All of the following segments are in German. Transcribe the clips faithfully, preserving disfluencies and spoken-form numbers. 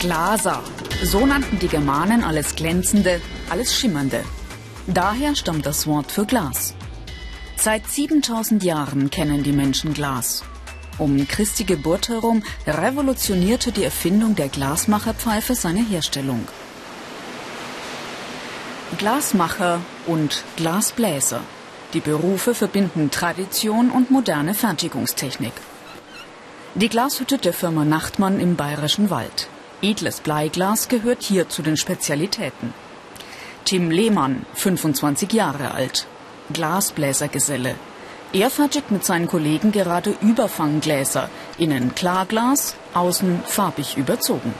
Glaser. So nannten die Germanen alles Glänzende, alles Schimmernde. Daher stammt das Wort für Glas. Seit siebentausend Jahren kennen die Menschen Glas. Um Christi Geburt herum revolutionierte die Erfindung der Glasmacherpfeife seine Herstellung. Glasmacher und Glasbläser. Die Berufe verbinden Tradition und moderne Fertigungstechnik. Die Glashütte der Firma Nachtmann im Bayerischen Wald. Edles Bleiglas gehört hier zu den Spezialitäten. Tim Lehmann, fünfundzwanzig Jahre alt, Glasbläsergeselle. Er fertigt mit seinen Kollegen gerade Überfanggläser, innen Klarglas, außen farbig überzogen.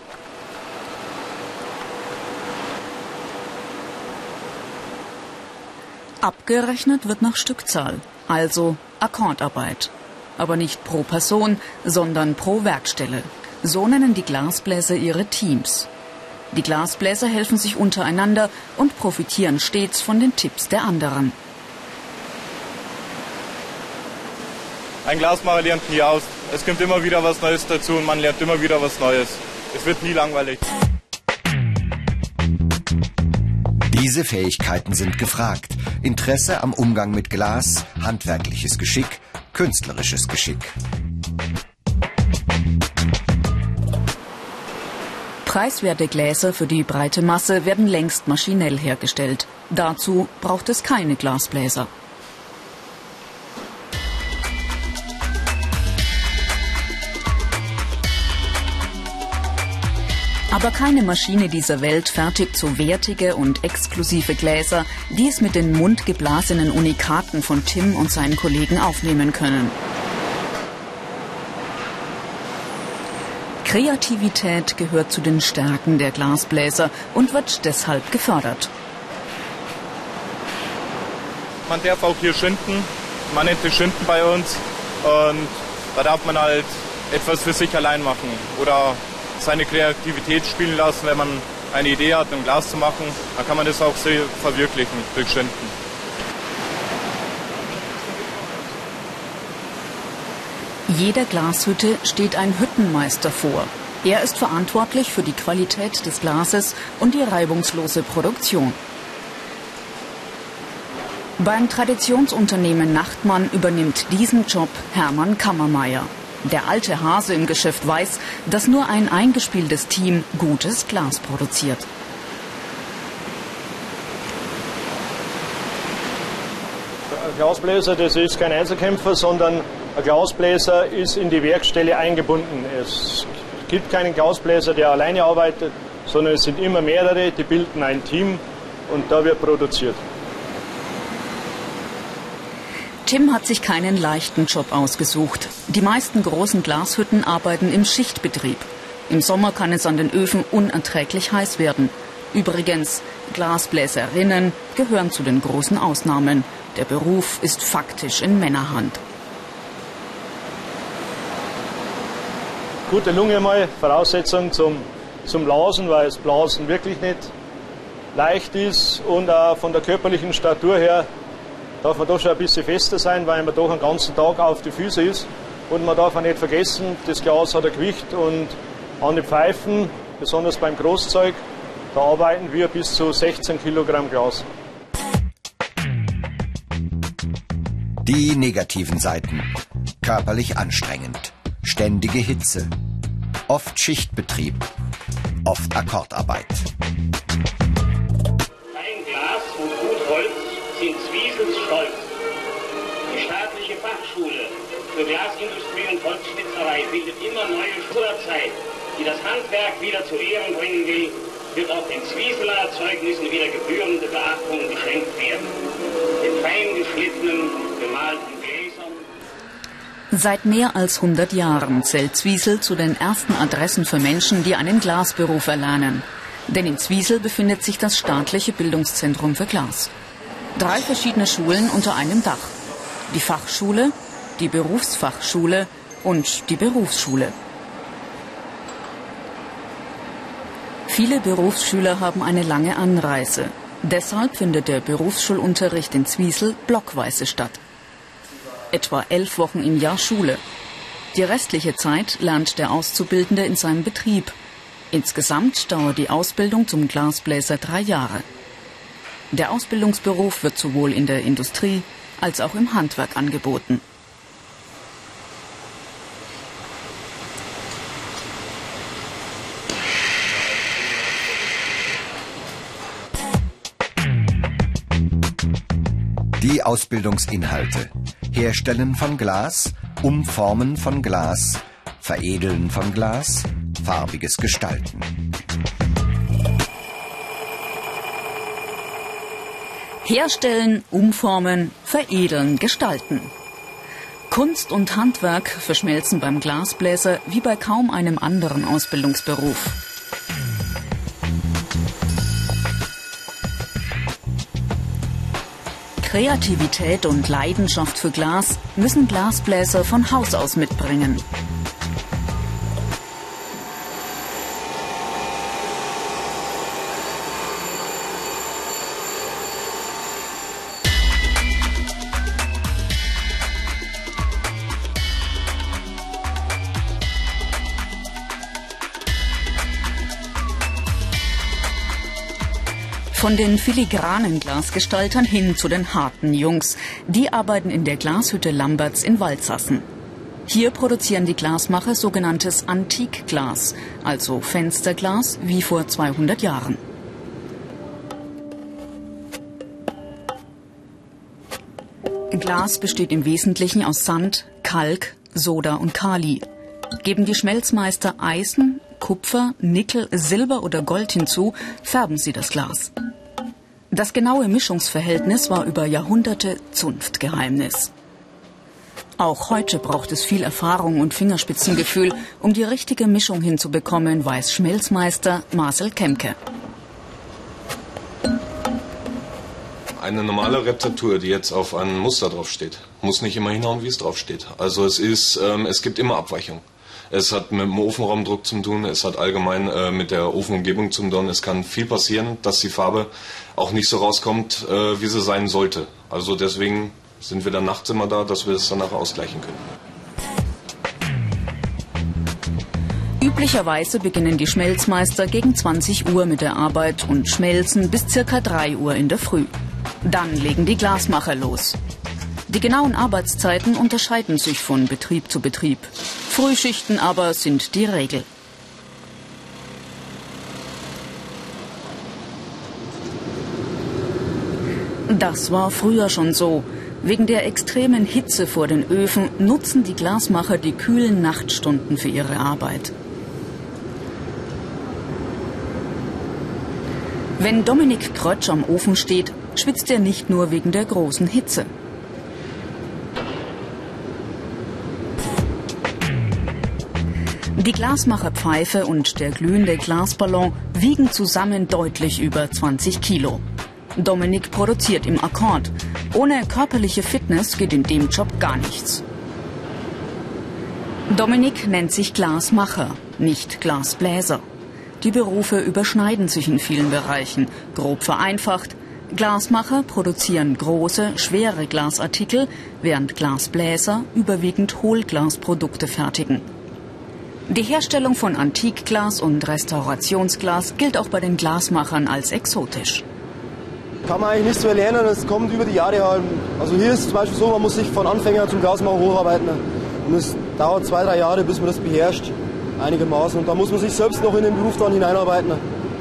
Abgerechnet wird nach Stückzahl, also Akkordarbeit. Aber nicht pro Person, sondern pro Werkstelle. So nennen die Glasbläser ihre Teams. Die Glasbläser helfen sich untereinander und profitieren stets von den Tipps der anderen. Ein Glasmacher lernt nie aus. Es kommt immer wieder was Neues dazu und man lernt immer wieder was Neues. Es wird nie langweilig. Diese Fähigkeiten sind gefragt. Interesse am Umgang mit Glas, handwerkliches Geschick, künstlerisches Geschick. Preiswerte Gläser für die breite Masse werden längst maschinell hergestellt. Dazu braucht es keine Glasbläser. Aber keine Maschine dieser Welt fertigt so wertige und exklusive Gläser, die es mit den mundgeblasenen Unikaten von Tim und seinen Kollegen aufnehmen können. Kreativität gehört zu den Stärken der Glasbläser und wird deshalb gefördert. Man darf auch hier schinden, man nennt es Schinden bei uns und da darf man halt etwas für sich allein machen oder seine Kreativität spielen lassen. Wenn man eine Idee hat, ein Glas zu machen, dann kann man das auch sehr verwirklichen durch Schinden. Jeder Glashütte steht ein Hüttenmeister vor. Er ist verantwortlich für die Qualität des Glases und die reibungslose Produktion. Beim Traditionsunternehmen Nachtmann übernimmt diesen Job Hermann Kammermeier. Der alte Hase im Geschäft weiß, dass nur ein eingespieltes Team gutes Glas produziert. Ein Glasbläser, das ist kein Einzelkämpfer, sondern ein Glasbläser ist in die Werkstelle eingebunden. Es gibt keinen Glasbläser, der alleine arbeitet, sondern es sind immer mehrere, die bilden ein Team und da wird produziert. Tim hat sich keinen leichten Job ausgesucht. Die meisten großen Glashütten arbeiten im Schichtbetrieb. Im Sommer kann es an den Öfen unerträglich heiß werden. Übrigens, Glasbläserinnen gehören zu den großen Ausnahmen. Der Beruf ist faktisch in Männerhand. Gute Lunge mal, Voraussetzung zum, zum Blasen, weil das Blasen wirklich nicht leicht ist und auch von der körperlichen Statur her darf man doch schon ein bisschen fester sein, weil man doch den ganzen Tag auf die Füße ist. Und man darf auch nicht vergessen, das Glas hat ein Gewicht und an den Pfeifen, besonders beim Großzeug, da arbeiten wir bis zu sechzehn Kilogramm Glas. Die negativen Seiten. Körperlich anstrengend. Ständige Hitze. Oft Schichtbetrieb. Oft Akkordarbeit. Ein Glas und gut Holz sind Zwiesels Stolz. Die staatliche Fachschule für Glasindustrie und Holzschnitzerei bildet immer neue Schülerzeit, die das Handwerk wieder zu Ehren bringen will, wird auch den Zwieseler Erzeugnissen wieder gebührende Beachtung geschenkt werden. Den fein geschlittenen und gemalten Gläsern. Seit mehr als hundert Jahren zählt Zwiesel zu den ersten Adressen für Menschen, die einen Glasberuf erlernen. Denn in Zwiesel befindet sich das staatliche Bildungszentrum für Glas. Drei verschiedene Schulen unter einem Dach. Die Fachschule, die Berufsfachschule und die Berufsschule. Viele Berufsschüler haben eine lange Anreise. Deshalb findet der Berufsschulunterricht in Zwiesel blockweise statt. Etwa elf Wochen im Jahr Schule. Die restliche Zeit lernt der Auszubildende in seinem Betrieb. Insgesamt dauert die Ausbildung zum Glasbläser drei Jahre. Der Ausbildungsberuf wird sowohl in der Industrie als auch im Handwerk angeboten. Die Ausbildungsinhalte: Herstellen von Glas, Umformen von Glas, Veredeln von Glas, farbiges Gestalten. Herstellen, umformen, veredeln, gestalten. Kunst und Handwerk verschmelzen beim Glasbläser wie bei kaum einem anderen Ausbildungsberuf. Kreativität und Leidenschaft für Glas müssen Glasbläser von Haus aus mitbringen. Von den filigranen Glasgestaltern hin zu den harten Jungs. Die arbeiten in der Glashütte Lamberts in Waldsassen. Hier produzieren die Glasmacher sogenanntes Antikglas, also Fensterglas wie vor zweihundert Jahren. Glas besteht im Wesentlichen aus Sand, Kalk, Soda und Kali. Geben die Schmelzmeister Eisen, Kupfer, Nickel, Silber oder Gold hinzu, färben sie das Glas. Das genaue Mischungsverhältnis war über Jahrhunderte Zunftgeheimnis. Auch heute braucht es viel Erfahrung und Fingerspitzengefühl, um die richtige Mischung hinzubekommen, weiß Schmelzmeister Marcel Kemke. Eine normale Rezeptur, die jetzt auf ein Muster draufsteht, muss nicht immer hinhauen, wie es draufsteht. Also es ist, ähm, es gibt immer Abweichungen. Es hat mit dem Ofenraumdruck zu tun, es hat allgemein äh, mit der Ofenumgebung zu tun. Es kann viel passieren, dass die Farbe auch nicht so rauskommt, äh, wie sie sein sollte. Also deswegen sind wir dann nachts immer da, dass wir das danach ausgleichen können. Üblicherweise beginnen die Schmelzmeister gegen zwanzig Uhr mit der Arbeit und schmelzen bis circa drei Uhr in der Früh. Dann legen die Glasmacher los. Die genauen Arbeitszeiten unterscheiden sich von Betrieb zu Betrieb. Frühschichten aber sind die Regel. Das war früher schon so. Wegen der extremen Hitze vor den Öfen nutzen die Glasmacher die kühlen Nachtstunden für ihre Arbeit. Wenn Dominik Krötsch am Ofen steht, schwitzt er nicht nur wegen der großen Hitze. Die Glasmacherpfeife und der glühende Glasballon wiegen zusammen deutlich über zwanzig Kilo. Dominik produziert im Akkord. Ohne körperliche Fitness geht in dem Job gar nichts. Dominik nennt sich Glasmacher, nicht Glasbläser. Die Berufe überschneiden sich in vielen Bereichen. Grob vereinfacht: Glasmacher produzieren große, schwere Glasartikel, während Glasbläser überwiegend Hohlglasprodukte fertigen. Die Herstellung von Antikglas und Restaurationsglas gilt auch bei den Glasmachern als exotisch. Kann man eigentlich nicht so erlernen, es kommt über die Jahre halt. Also hier ist es zum Beispiel so, man muss sich von Anfänger zum Glasmacher hocharbeiten. Und es dauert zwei, drei Jahre, bis man das beherrscht, einigermaßen. Und da muss man sich selbst noch in den Beruf dann hineinarbeiten.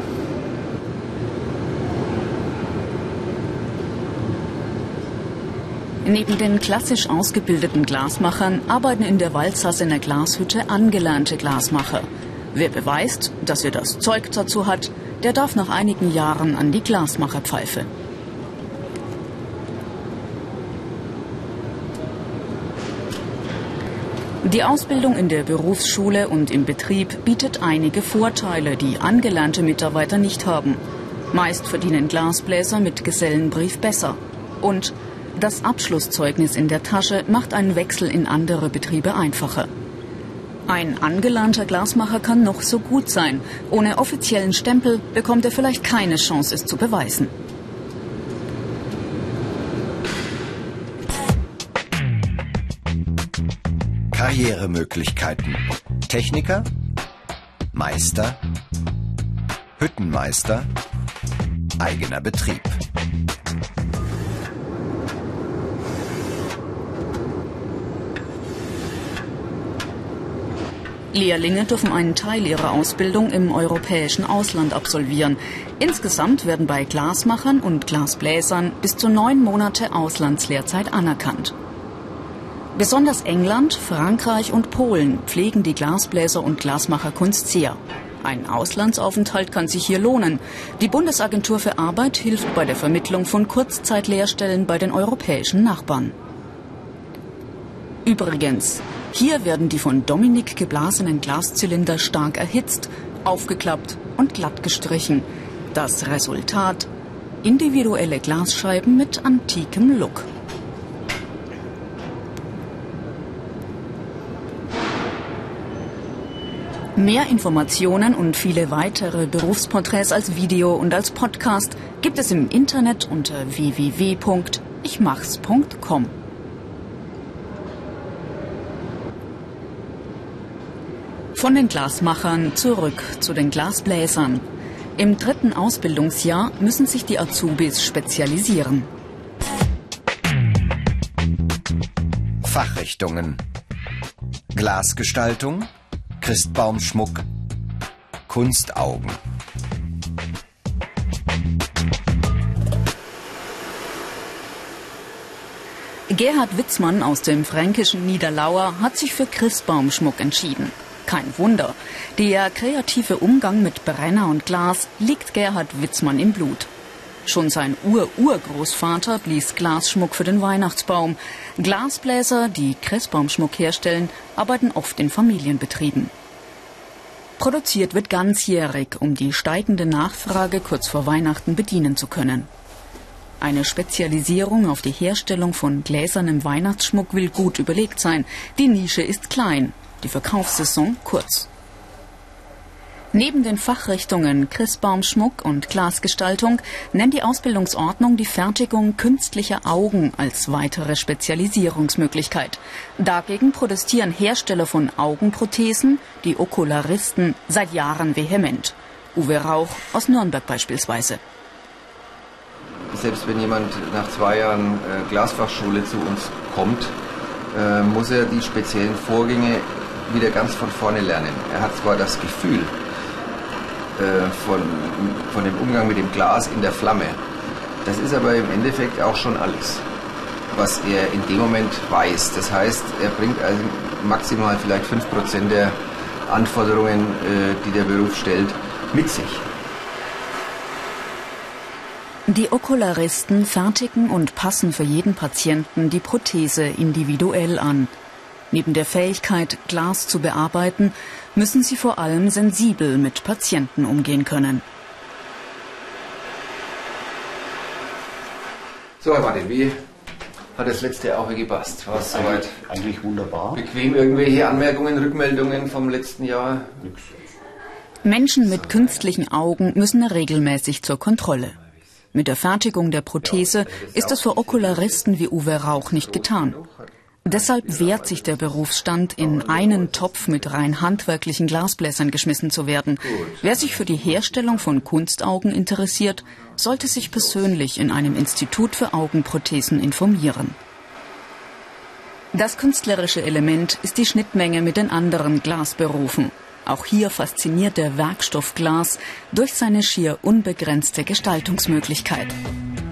Neben den klassisch ausgebildeten Glasmachern arbeiten in der Waldsassener Glashütte angelernte Glasmacher. Wer beweist, dass er das Zeug dazu hat, der darf nach einigen Jahren an die Glasmacherpfeife. Die Ausbildung in der Berufsschule und im Betrieb bietet einige Vorteile, die angelernte Mitarbeiter nicht haben. Meist verdienen Glasbläser mit Gesellenbrief besser. Und das Abschlusszeugnis in der Tasche macht einen Wechsel in andere Betriebe einfacher. Ein angelernter Glasmacher kann noch so gut sein. Ohne offiziellen Stempel bekommt er vielleicht keine Chance, es zu beweisen. Karrieremöglichkeiten: Techniker, Meister, Hüttenmeister, eigener Betrieb. Lehrlinge dürfen einen Teil ihrer Ausbildung im europäischen Ausland absolvieren. Insgesamt werden bei Glasmachern und Glasbläsern bis zu neun Monate Auslandslehrzeit anerkannt. Besonders England, Frankreich und Polen pflegen die Glasbläser- und Glasmacherkunst sehr. Ein Auslandsaufenthalt kann sich hier lohnen. Die Bundesagentur für Arbeit hilft bei der Vermittlung von Kurzzeitlehrstellen bei den europäischen Nachbarn. Übrigens, hier werden die von Dominik geblasenen Glaszylinder stark erhitzt, aufgeklappt und glatt gestrichen. Das Resultat: individuelle Glasscheiben mit antikem Look. Mehr Informationen und viele weitere Berufsporträts als Video und als Podcast gibt es im Internet unter w w w punkt ich machs punkt com. Von den Glasmachern zurück zu den Glasbläsern. Im dritten Ausbildungsjahr müssen sich die Azubis spezialisieren. Fachrichtungen: Glasgestaltung, Christbaumschmuck, Kunstaugen. Gerhard Witzmann aus dem fränkischen Niederlauer hat sich für Christbaumschmuck entschieden. Kein Wunder, der kreative Umgang mit Brenner und Glas liegt Gerhard Witzmann im Blut. Schon sein Ur-Urgroßvater blies Glasschmuck für den Weihnachtsbaum. Glasbläser, die Christbaumschmuck herstellen, arbeiten oft in Familienbetrieben. Produziert wird ganzjährig, um die steigende Nachfrage kurz vor Weihnachten bedienen zu können. Eine Spezialisierung auf die Herstellung von gläsernem Weihnachtsschmuck will gut überlegt sein. Die Nische ist klein, die Verkaufssaison kurz. Neben den Fachrichtungen Christbaumschmuck und Glasgestaltung nennt die Ausbildungsordnung die Fertigung künstlicher Augen als weitere Spezialisierungsmöglichkeit. Dagegen protestieren Hersteller von Augenprothesen, die Okularisten, seit Jahren vehement. Uwe Rauch aus Nürnberg beispielsweise. Selbst wenn jemand nach zwei Jahren äh, Glasfachschule zu uns kommt, äh, muss er die speziellen Vorgänge wieder ganz von vorne lernen. Er hat zwar das Gefühl äh, von, von dem Umgang mit dem Glas in der Flamme. Das ist aber im Endeffekt auch schon alles, was er in dem Moment weiß. Das heißt, er bringt also maximal vielleicht fünf Prozent der Anforderungen, äh, die der Beruf stellt, mit sich. Die Okularisten fertigen und passen für jeden Patienten die Prothese individuell an. Neben der Fähigkeit, Glas zu bearbeiten, müssen sie vor allem sensibel mit Patienten umgehen können. So, Herr Martin, wie hat das letzte Auge gepasst? War es soweit? Eigentlich wunderbar. Bequem, irgendwelche Anmerkungen, Rückmeldungen vom letzten Jahr? Nix. Menschen mit künstlichen Augen müssen regelmäßig zur Kontrolle. Mit der Fertigung der Prothese ist es für Okularisten wie Uwe Rauch nicht getan. Deshalb wehrt sich der Berufsstand, in einen Topf mit rein handwerklichen Glasbläsern geschmissen zu werden. Wer sich für die Herstellung von Kunstaugen interessiert, sollte sich persönlich in einem Institut für Augenprothesen informieren. Das künstlerische Element ist die Schnittmenge mit den anderen Glasberufen. Auch hier fasziniert der Werkstoff Glas durch seine schier unbegrenzte Gestaltungsmöglichkeit.